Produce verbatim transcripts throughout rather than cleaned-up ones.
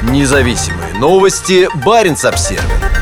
Независимые новости. Баренц-Обсервис.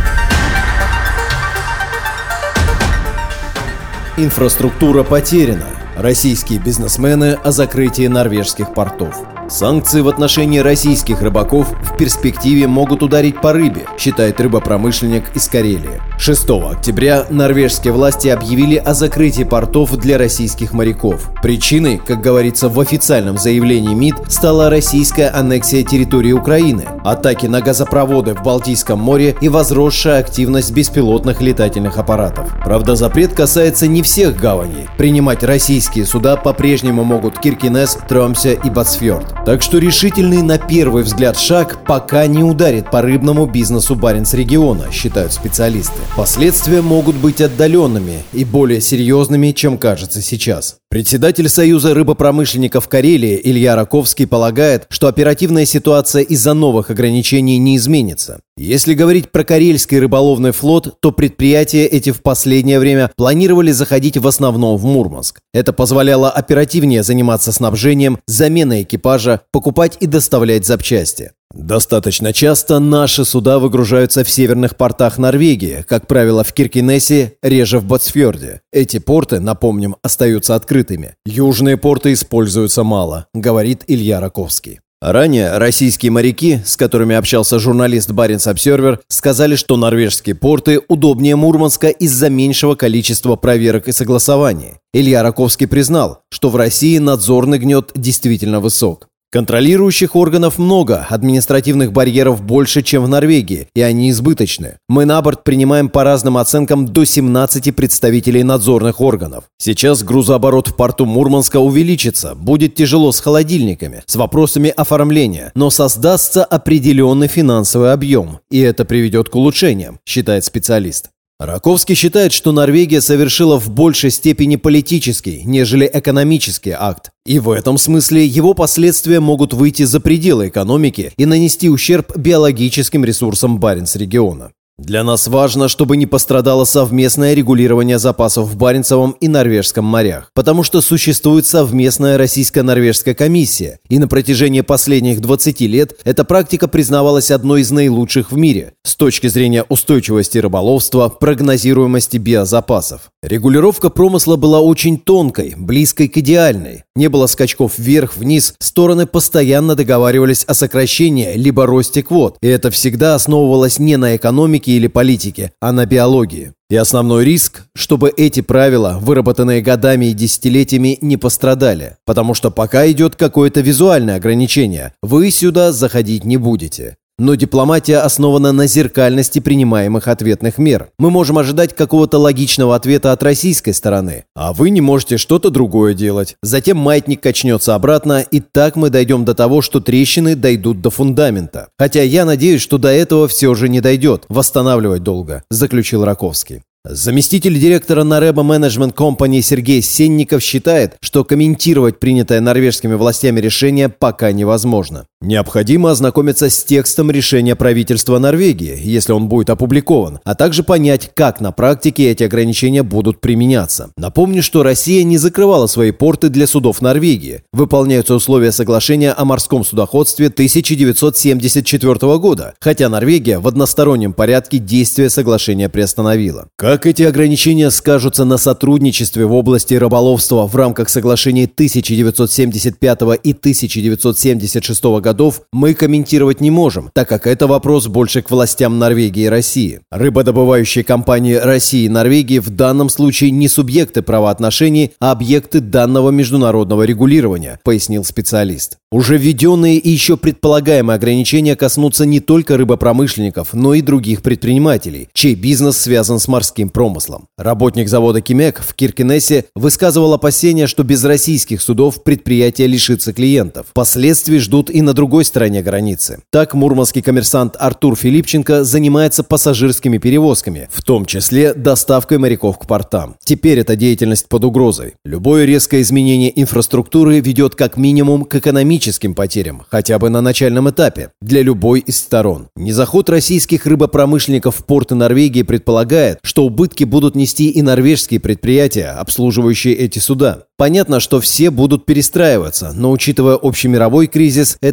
Инфраструктура потеряна. Российские бизнесмены о закрытии норвежских портов. Санкции в отношении российских рыбаков в перспективе могут ударить по рыбе, считает рыбопромышленник из Карелии. шестого октября норвежские власти объявили о закрытии портов для российских моряков. Причиной, как говорится в официальном заявлении МИД, стала российская аннексия территории Украины, атаки на газопроводы в Балтийском море и возросшая активность беспилотных летательных аппаратов. Правда, запрет касается не всех гаваней. Принимать российские суда по-прежнему могут Киркенес, Тромсе и Ботсфьорд. Так что решительный на первый взгляд шаг пока не ударит по рыбному бизнесу Баренц-региона, считают специалисты. Последствия могут быть отдаленными и более серьезными, чем кажется сейчас. Председатель Союза рыбопромышленников Карелии Илья Раковский полагает, что оперативная ситуация из-за новых ограничений не изменится. Если говорить про карельский рыболовный флот, то предприятия эти в последнее время планировали заходить в основном в Мурманск. Это позволяло оперативнее заниматься снабжением, заменой экипажа, покупать и доставлять запчасти. Достаточно часто наши суда выгружаются в северных портах Норвегии, как правило, в Киркенесе, реже в Ботсфьорде. Эти порты, напомним, остаются открытыми. Южные порты используются мало, говорит Илья Раковский. Ранее российские моряки, с которыми общался журналист Баренц-Обсервер, сказали, что норвежские порты удобнее Мурманска из-за меньшего количества проверок и согласований. Илья Раковский признал, что в России надзорный гнет действительно высок. Контролирующих органов много, административных барьеров больше, чем в Норвегии, и они избыточны. Мы на борт принимаем по разным оценкам до семнадцати представителей надзорных органов. Сейчас грузооборот в порту Мурманска увеличится, будет тяжело с холодильниками, с вопросами оформления, но создастся определенный финансовый объем, и это приведет к улучшениям, считает специалист. Раковский считает, что Норвегия совершила в большей степени политический, нежели экономический акт. И в этом смысле его последствия могут выйти за пределы экономики и нанести ущерб биологическим ресурсам Баренц-региона. Для нас важно, чтобы не пострадало совместное регулирование запасов в Баренцевом и Норвежском морях, потому что существует совместная российско-норвежская комиссия, и на протяжении последних двадцати лет эта практика признавалась одной из наилучших в мире с точки зрения устойчивости рыболовства, прогнозируемости биозапасов. Регулировка промысла была очень тонкой, близкой к идеальной. Не было скачков вверх-вниз, стороны постоянно договаривались о сокращении либо росте квот, и это всегда основывалось не на экономике или политике, а на биологии. И основной риск, чтобы эти правила, выработанные годами и десятилетиями, не пострадали. Потому что пока идет какое-то визуальное ограничение, вы сюда заходить не будете. Но дипломатия основана на зеркальности принимаемых ответных мер. Мы можем ожидать какого-то логичного ответа от российской стороны, а вы не можете что-то другое делать. Затем маятник качнется обратно, и так мы дойдем до того, что трещины дойдут до фундамента. Хотя я надеюсь, что до этого все же не дойдет. Восстанавливать долго, заключил Раковский. Заместитель директора Нареба Management Company Сергей Сенников считает, что комментировать принятое норвежскими властями решение пока невозможно. Необходимо ознакомиться с текстом решения правительства Норвегии, если он будет опубликован, а также понять, как на практике эти ограничения будут применяться. Напомню, что Россия не закрывала свои порты для судов Норвегии. Выполняются условия соглашения о морском судоходстве тысяча девятьсот семьдесят четвёртого года, хотя Норвегия в одностороннем порядке действие соглашения приостановила. Как эти ограничения скажутся на сотрудничестве в области рыболовства в рамках соглашений тысяча девятьсот семьдесят пятого и тысяча девятьсот семьдесят шестого годов, мы комментировать не можем, так как это вопрос больше к властям Норвегии и России. Рыбодобывающие компании России и Норвегии в данном случае не субъекты правоотношений, а объекты данного международного регулирования, пояснил специалист. Уже введенные и еще предполагаемые ограничения коснутся не только рыбопромышленников, но и других предпринимателей, чей бизнес связан с морским промыслом. Работник завода «Кимек» в Киркенесе высказывал опасения, что без российских судов предприятие лишится клиентов. Последствий ждут и на другой стороне границы. Так, мурманский коммерсант Артур Филипченко занимается пассажирскими перевозками, в том числе доставкой моряков к портам. Теперь эта деятельность под угрозой. Любое резкое изменение инфраструктуры ведет как минимум к экономическим потерям, хотя бы на начальном этапе, для любой из сторон. Незаход российских рыбопромышленников в порты Норвегии предполагает, что убытки будут нести и норвежские предприятия, обслуживающие эти суда. Понятно, что все будут перестраиваться, но учитывая общемировой кризис, это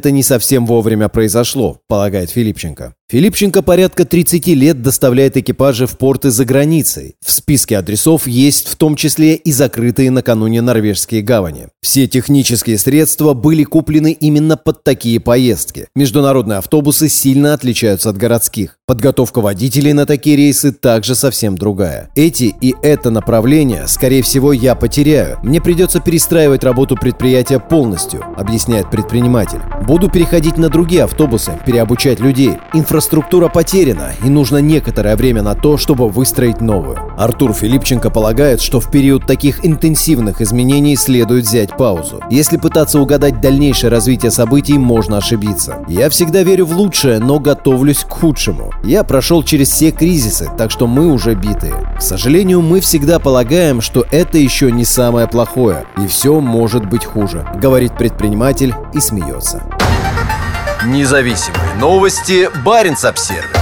это не совсем вовремя произошло, полагает Филипченко. Филипченко порядка тридцати лет доставляет экипажи в порты за границей. В списке адресов есть в том числе и закрытые накануне норвежские гавани. Все технические средства были куплены именно под такие поездки. Международные автобусы сильно отличаются от городских. Подготовка водителей на такие рейсы также совсем другая. Эти и это направление, скорее всего, я потеряю. Мне придется перестраивать работу предприятия полностью, объясняет предприниматель. Буду переходить на другие автобусы, переобучать людей. Инфраструктура потеряна, и нужно некоторое время на то, чтобы выстроить новую. Артур Филипченко полагает, что в период таких интенсивных изменений следует взять паузу. Если пытаться угадать дальнейшее развитие событий, можно ошибиться. Я всегда верю в лучшее, но готовлюсь к худшему. Я прошел через все кризисы, так что мы уже битые. К сожалению, мы всегда полагаем, что это еще не самое плохое, и все может быть хуже, говорит предприниматель и смеется. Независимые новости. Баренц-Обсервис.